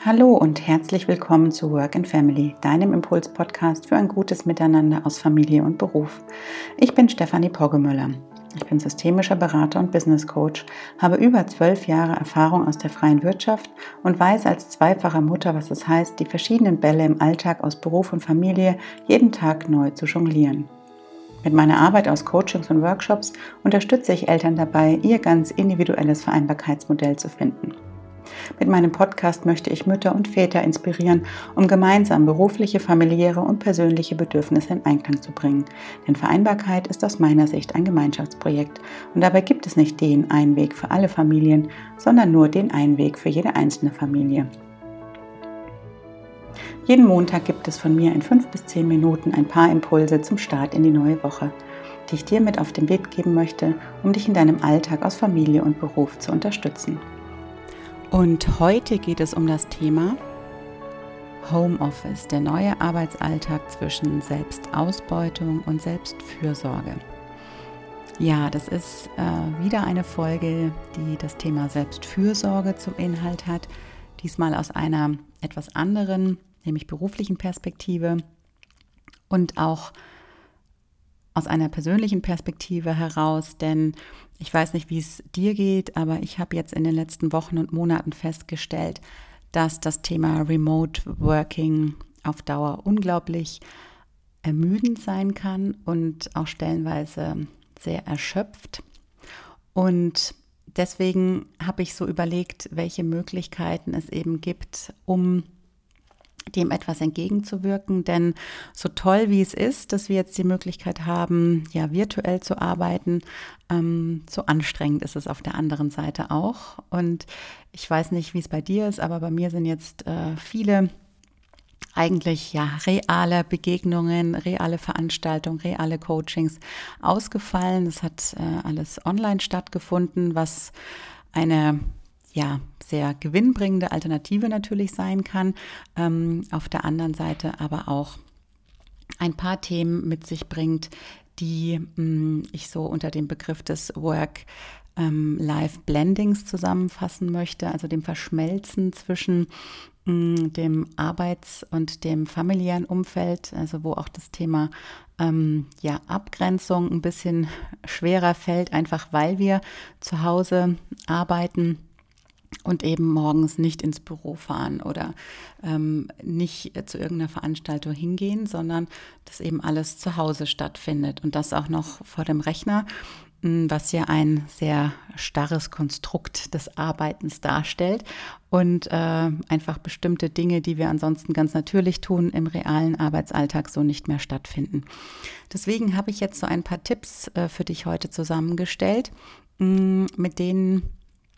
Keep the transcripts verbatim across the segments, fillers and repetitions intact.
Hallo und herzlich willkommen zu Work and Family, deinem Impuls-Podcast für ein gutes Miteinander aus Familie und Beruf. Ich bin Stefanie Poggemöller. Ich bin systemischer Berater und Business Coach, habe über zwölf Jahre Erfahrung aus der freien Wirtschaft und weiß als zweifache Mutter, was es heißt, die verschiedenen Bälle im Alltag aus Beruf und Familie jeden Tag neu zu jonglieren. Mit meiner Arbeit aus Coachings und Workshops unterstütze ich Eltern dabei, ihr ganz individuelles Vereinbarkeitsmodell zu finden. Mit meinem Podcast möchte ich Mütter und Väter inspirieren, um gemeinsam berufliche, familiäre und persönliche Bedürfnisse in Einklang zu bringen. Denn Vereinbarkeit ist aus meiner Sicht ein Gemeinschaftsprojekt und dabei gibt es nicht den einen Weg für alle Familien, sondern nur den einen Weg für jede einzelne Familie. Jeden Montag gibt es von mir in fünf bis zehn Minuten ein paar Impulse zum Start in die neue Woche, die ich dir mit auf den Weg geben möchte, um dich in deinem Alltag aus Familie und Beruf zu unterstützen. Und heute geht es um das Thema Homeoffice, der neue Arbeitsalltag zwischen Selbstausbeutung und Selbstfürsorge. Ja, das ist äh, wieder eine Folge, die das Thema Selbstfürsorge zum Inhalt hat, diesmal aus einer etwas anderen, nämlich beruflichen Perspektive und auch aus einer persönlichen Perspektive heraus, denn ich weiß nicht, wie es dir geht, aber ich habe jetzt in den letzten Wochen und Monaten festgestellt, dass das Thema Remote Working auf Dauer unglaublich ermüdend sein kann und auch stellenweise sehr erschöpft. Und deswegen habe ich so überlegt, welche Möglichkeiten es eben gibt, um dem etwas entgegenzuwirken, denn so toll wie es ist, dass wir jetzt die Möglichkeit haben, ja virtuell zu arbeiten, ähm, so anstrengend ist es auf der anderen Seite auch. Und ich weiß nicht, wie es bei dir ist, aber bei mir sind jetzt äh, viele eigentlich ja reale Begegnungen, reale Veranstaltungen, reale Coachings ausgefallen. Das hat äh, alles online stattgefunden, was eine ja, sehr gewinnbringende Alternative natürlich sein kann. Ähm, auf der anderen Seite aber auch ein paar Themen mit sich bringt, die mh, ich so unter dem Begriff des Work-Life-Blendings zusammenfassen möchte, also dem Verschmelzen zwischen mh, dem Arbeits- und dem familiären Umfeld, also wo auch das Thema ähm, ja, Abgrenzung ein bisschen schwerer fällt, einfach weil wir zu Hause arbeiten und eben morgens nicht ins Büro fahren oder ähm, nicht zu irgendeiner Veranstaltung hingehen, sondern dass eben alles zu Hause stattfindet und das auch noch vor dem Rechner, was ja ein sehr starres Konstrukt des Arbeitens darstellt und äh, einfach bestimmte Dinge, die wir ansonsten ganz natürlich tun, im realen Arbeitsalltag so nicht mehr stattfinden. Deswegen habe ich jetzt so ein paar Tipps äh, für dich heute zusammengestellt, mh, mit denen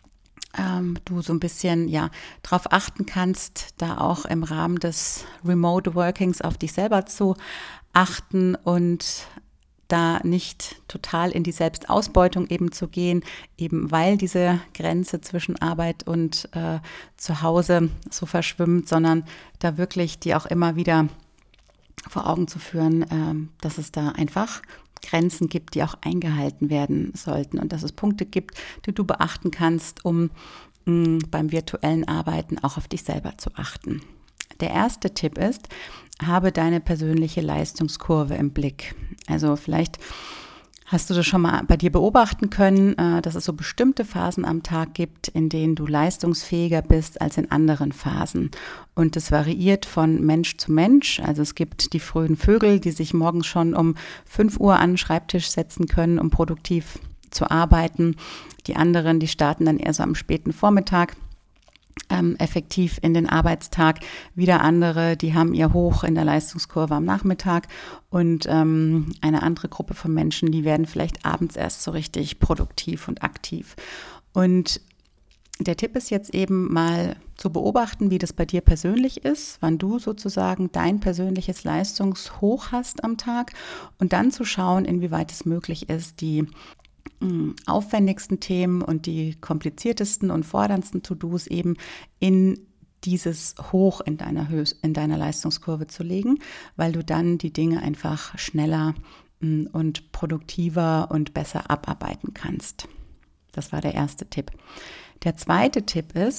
Ähm, du so ein bisschen ja darauf achten kannst, da auch im Rahmen des Remote Workings auf dich selber zu achten und da nicht total in die Selbstausbeutung eben zu gehen, eben weil diese Grenze zwischen Arbeit und äh, zu Hause so verschwimmt, sondern da wirklich dir auch immer wieder vor Augen zu führen, ähm, dass es da einfach Grenzen gibt, die auch eingehalten werden sollten und dass es Punkte gibt, die du beachten kannst, um mh, beim virtuellen Arbeiten auch auf dich selber zu achten. Der erste Tipp ist, habe deine persönliche Leistungskurve im Blick. Also vielleicht hast du das schon mal bei dir beobachten können, dass es so bestimmte Phasen am Tag gibt, in denen du leistungsfähiger bist als in anderen Phasen. Und das variiert von Mensch zu Mensch. Also es gibt die frühen Vögel, die sich morgens schon um fünf Uhr an den Schreibtisch setzen können, um produktiv zu arbeiten. Die anderen, die starten dann eher so am späten Vormittag. Ähm, effektiv in den Arbeitstag. Wieder andere, die haben ihr Hoch in der Leistungskurve am Nachmittag und ähm, eine andere Gruppe von Menschen, die werden vielleicht abends erst so richtig produktiv und aktiv. Und der Tipp ist jetzt eben mal zu beobachten, wie das bei dir persönlich ist, wann du sozusagen dein persönliches Leistungshoch hast am Tag und dann zu schauen, inwieweit es möglich ist, die aufwendigsten Themen und die kompliziertesten und forderndsten To-Dos eben in dieses Hoch in deiner Höhe, in deiner Leistungskurve zu legen, weil du dann die Dinge einfach schneller und produktiver und besser abarbeiten kannst. Das war der erste Tipp. Der zweite Tipp ist,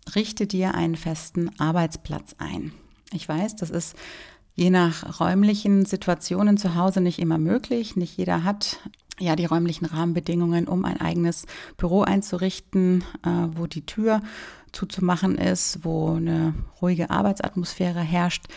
richte dir einen festen Arbeitsplatz ein. Ich weiß, das ist je nach räumlichen Situationen zu Hause nicht immer möglich. Nicht jeder hat ja die räumlichen Rahmenbedingungen, um ein eigenes Büro einzurichten, äh, wo die Tür zuzumachen ist, wo eine ruhige Arbeitsatmosphäre herrscht.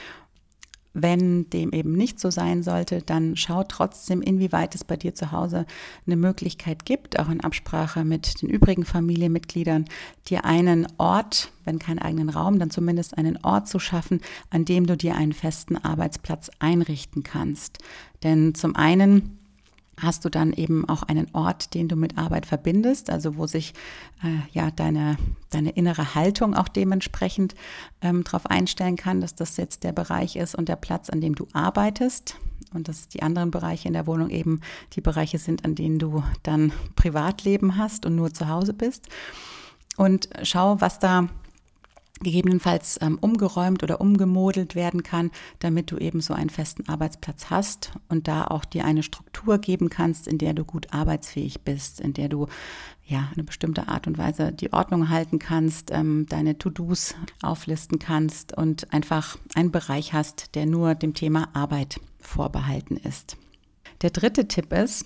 Wenn dem eben nicht so sein sollte, dann schau trotzdem, inwieweit es bei dir zu Hause eine Möglichkeit gibt, auch in Absprache mit den übrigen Familienmitgliedern, dir einen Ort, wenn keinen eigenen Raum, dann zumindest einen Ort zu schaffen, an dem du dir einen festen Arbeitsplatz einrichten kannst. Denn zum einen hast du dann eben auch einen Ort, den du mit Arbeit verbindest, also wo sich äh, ja deine, deine innere Haltung auch dementsprechend ähm, darauf einstellen kann, dass das jetzt der Bereich ist und der Platz, an dem du arbeitest und dass die anderen Bereiche in der Wohnung eben die Bereiche sind, an denen du dann Privatleben hast und nur zu Hause bist. Und schau, was da gegebenenfalls ähm, umgeräumt oder umgemodelt werden kann, damit du eben so einen festen Arbeitsplatz hast und da auch dir eine Struktur geben kannst, in der du gut arbeitsfähig bist, in der du ja eine bestimmte Art und Weise die Ordnung halten kannst, ähm, deine To-Dos auflisten kannst und einfach einen Bereich hast, der nur dem Thema Arbeit vorbehalten ist. Der dritte Tipp ist,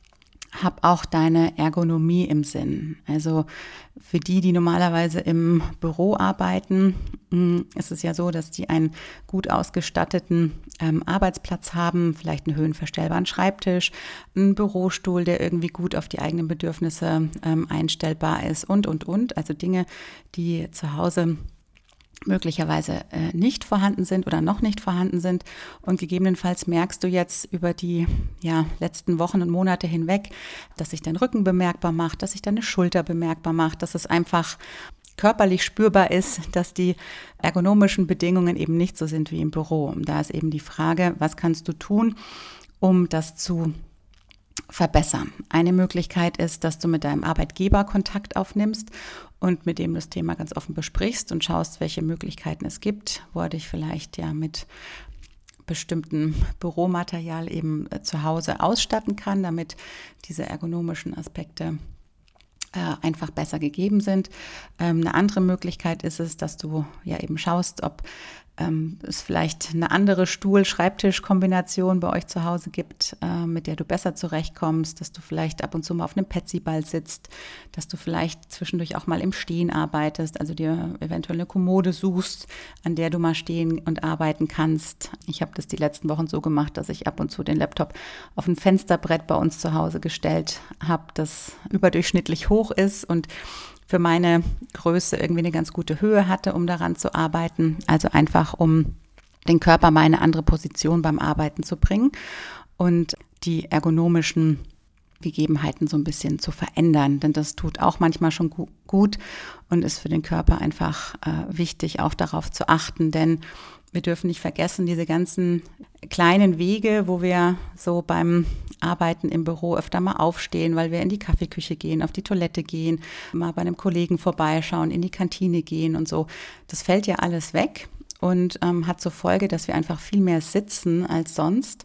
hab auch deine Ergonomie im Sinn. Also für die, die normalerweise im Büro arbeiten, ist es ja so, dass die einen gut ausgestatteten ähm, Arbeitsplatz haben, vielleicht einen höhenverstellbaren Schreibtisch, einen Bürostuhl, der irgendwie gut auf die eigenen Bedürfnisse ähm, einstellbar ist und, und, und. Also Dinge, die zu Hause möglicherweise äh, nicht vorhanden sind oder noch nicht vorhanden sind. Und gegebenenfalls merkst du jetzt über die ja, letzten Wochen und Monate hinweg, dass sich dein Rücken bemerkbar macht, dass sich deine Schulter bemerkbar macht, dass es einfach körperlich spürbar ist, dass die ergonomischen Bedingungen eben nicht so sind wie im Büro. Und da ist eben die Frage, was kannst du tun, um das zu verbessern. Eine Möglichkeit ist, dass du mit deinem Arbeitgeber Kontakt aufnimmst und mit dem das Thema ganz offen besprichst und schaust, welche Möglichkeiten es gibt, wo er dich vielleicht ja mit bestimmten Büromaterial eben zu Hause ausstatten kann, damit diese ergonomischen Aspekte einfach besser gegeben sind. Eine andere Möglichkeit ist es, dass du ja eben schaust, ob ähm, es vielleicht eine andere Stuhl-Schreibtisch-Kombination bei euch zu Hause gibt, äh, mit der du besser zurechtkommst, dass du vielleicht ab und zu mal auf einem Petsyball sitzt, dass du vielleicht zwischendurch auch mal im Stehen arbeitest, also dir eventuell eine Kommode suchst, an der du mal stehen und arbeiten kannst. Ich habe das die letzten Wochen so gemacht, dass ich ab und zu den Laptop auf ein Fensterbrett bei uns zu Hause gestellt habe, das überdurchschnittlich hoch ist und für meine Größe irgendwie eine ganz gute Höhe hatte, um daran zu arbeiten. Also einfach, um den Körper mal in eine andere Position beim Arbeiten zu bringen und die ergonomischen Gegebenheiten so ein bisschen zu verändern. Denn das tut auch manchmal schon gu- gut und ist für den Körper einfach äh, wichtig, auch darauf zu achten. Denn wir dürfen nicht vergessen, diese ganzen kleinen Wege, wo wir so beim Arbeiten im Büro öfter mal aufstehen, weil wir in die Kaffeeküche gehen, auf die Toilette gehen, mal bei einem Kollegen vorbeischauen, in die Kantine gehen und so. Das fällt ja alles weg und ähm, hat zur Folge, dass wir einfach viel mehr sitzen als sonst.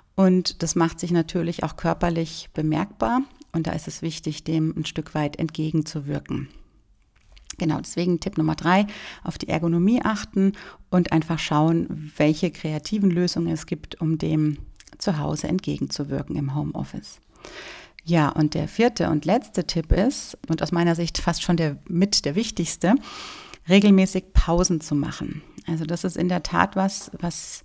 Und das macht sich natürlich auch körperlich bemerkbar. Und da ist es wichtig, dem ein Stück weit entgegenzuwirken. Genau, deswegen Tipp Nummer drei, auf die Ergonomie achten und einfach schauen, welche kreativen Lösungen es gibt, um dem zu Hause entgegenzuwirken im Homeoffice. Ja, und der vierte und letzte Tipp ist, und aus meiner Sicht fast schon der mit der wichtigste, regelmäßig Pausen zu machen. Also das ist in der Tat was, was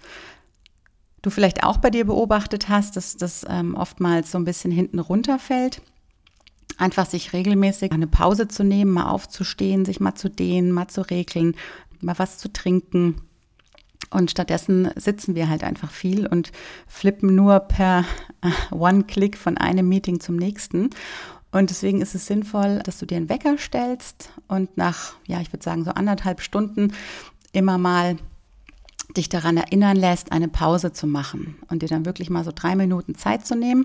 du vielleicht auch bei dir beobachtet hast, dass das ähm, oftmals so ein bisschen hinten runterfällt. Einfach sich regelmäßig eine Pause zu nehmen, mal aufzustehen, sich mal zu dehnen, mal zu regeln, mal was zu trinken. Und stattdessen sitzen wir halt einfach viel und flippen nur per One-Click von einem Meeting zum nächsten. Und deswegen ist es sinnvoll, dass du dir einen Wecker stellst und nach, ja, ich würde sagen, so anderthalb Stunden immer mal dich daran erinnern lässt, eine Pause zu machen und dir dann wirklich mal so drei Minuten Zeit zu nehmen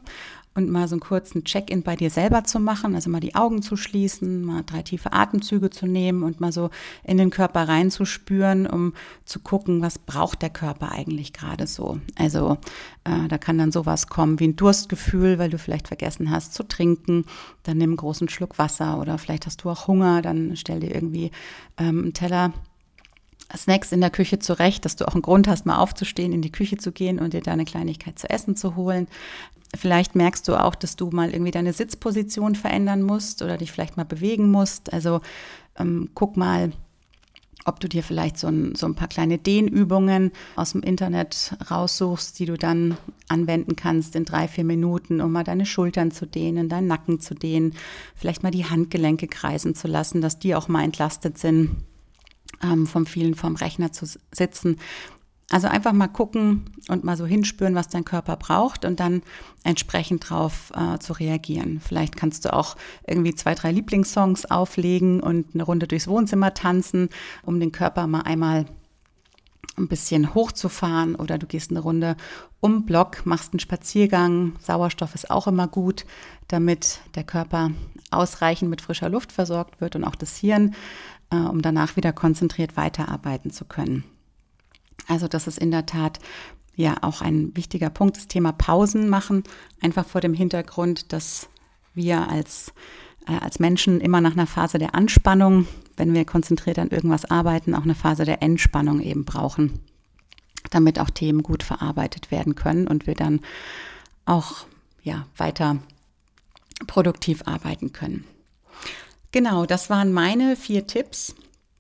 und mal so einen kurzen Check-in bei dir selber zu machen, also mal die Augen zu schließen, mal drei tiefe Atemzüge zu nehmen und mal so in den Körper reinzuspüren, um zu gucken, was braucht der Körper eigentlich gerade so. Also äh, da kann dann sowas kommen wie ein Durstgefühl, weil du vielleicht vergessen hast zu trinken, dann nimm einen großen Schluck Wasser oder vielleicht hast du auch Hunger, dann stell dir irgendwie ähm, einen Teller Snacks in der Küche zurecht, dass du auch einen Grund hast, mal aufzustehen, in die Küche zu gehen und dir da eine Kleinigkeit zu essen zu holen. Vielleicht merkst du auch, dass du mal irgendwie deine Sitzposition verändern musst oder dich vielleicht mal bewegen musst. Also ähm, guck mal, ob du dir vielleicht so ein, so ein paar kleine Dehnübungen aus dem Internet raussuchst, die du dann anwenden kannst in drei, vier Minuten, um mal deine Schultern zu dehnen, deinen Nacken zu dehnen, vielleicht mal die Handgelenke kreisen zu lassen, dass die auch mal entlastet sind. Ähm, vom vielen vorm Rechner zu sitzen. Also einfach mal gucken und mal so hinspüren, was dein Körper braucht und dann entsprechend drauf äh, zu reagieren. Vielleicht kannst du auch irgendwie zwei, drei Lieblingssongs auflegen und eine Runde durchs Wohnzimmer tanzen, um den Körper mal einmal ein bisschen hochzufahren, oder du gehst eine Runde um den Block, machst einen Spaziergang. Sauerstoff ist auch immer gut, damit der Körper ausreichend mit frischer Luft versorgt wird und auch das Hirn, um danach wieder konzentriert weiterarbeiten zu können. Also das ist in der Tat ja auch ein wichtiger Punkt, das Thema Pausen machen, einfach vor dem Hintergrund, dass wir als, äh, als Menschen immer nach einer Phase der Anspannung, wenn wir konzentriert an irgendwas arbeiten, auch eine Phase der Entspannung eben brauchen, damit auch Themen gut verarbeitet werden können und wir dann auch ja, weiter produktiv arbeiten können. Genau, das waren meine vier Tipps,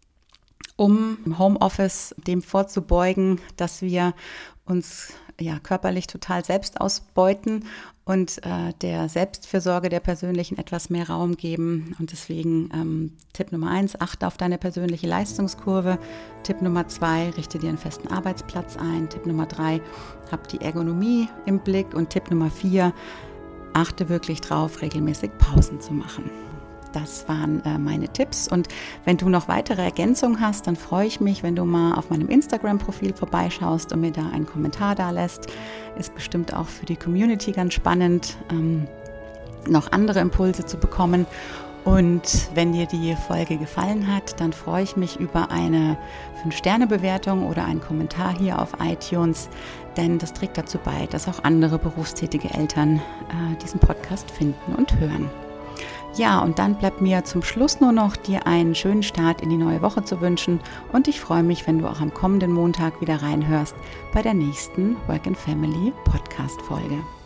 um im Homeoffice dem vorzubeugen, dass wir uns ja körperlich total selbst ausbeuten und äh, der Selbstfürsorge der Persönlichen etwas mehr Raum geben. Und deswegen ähm, Tipp Nummer eins, achte auf deine persönliche Leistungskurve. Tipp Nummer zwei, richte dir einen festen Arbeitsplatz ein. Tipp Nummer drei, hab die Ergonomie im Blick. Und Tipp Nummer vier, achte wirklich drauf, regelmäßig Pausen zu machen. Das waren äh, meine Tipps, und wenn du noch weitere Ergänzungen hast, dann freue ich mich, wenn du mal auf meinem Instagram-Profil vorbeischaust und mir da einen Kommentar da lässt. Ist bestimmt auch für die Community ganz spannend, ähm, noch andere Impulse zu bekommen. Und wenn dir die Folge gefallen hat, dann freue ich mich über eine fünf Sterne Bewertung oder einen Kommentar hier auf iTunes, denn das trägt dazu bei, dass auch andere berufstätige Eltern äh, diesen Podcast finden und hören. Ja, und dann bleibt mir zum Schluss nur noch, dir einen schönen Start in die neue Woche zu wünschen, und ich freue mich, wenn du auch am kommenden Montag wieder reinhörst bei der nächsten Work and Family Podcast-Folge.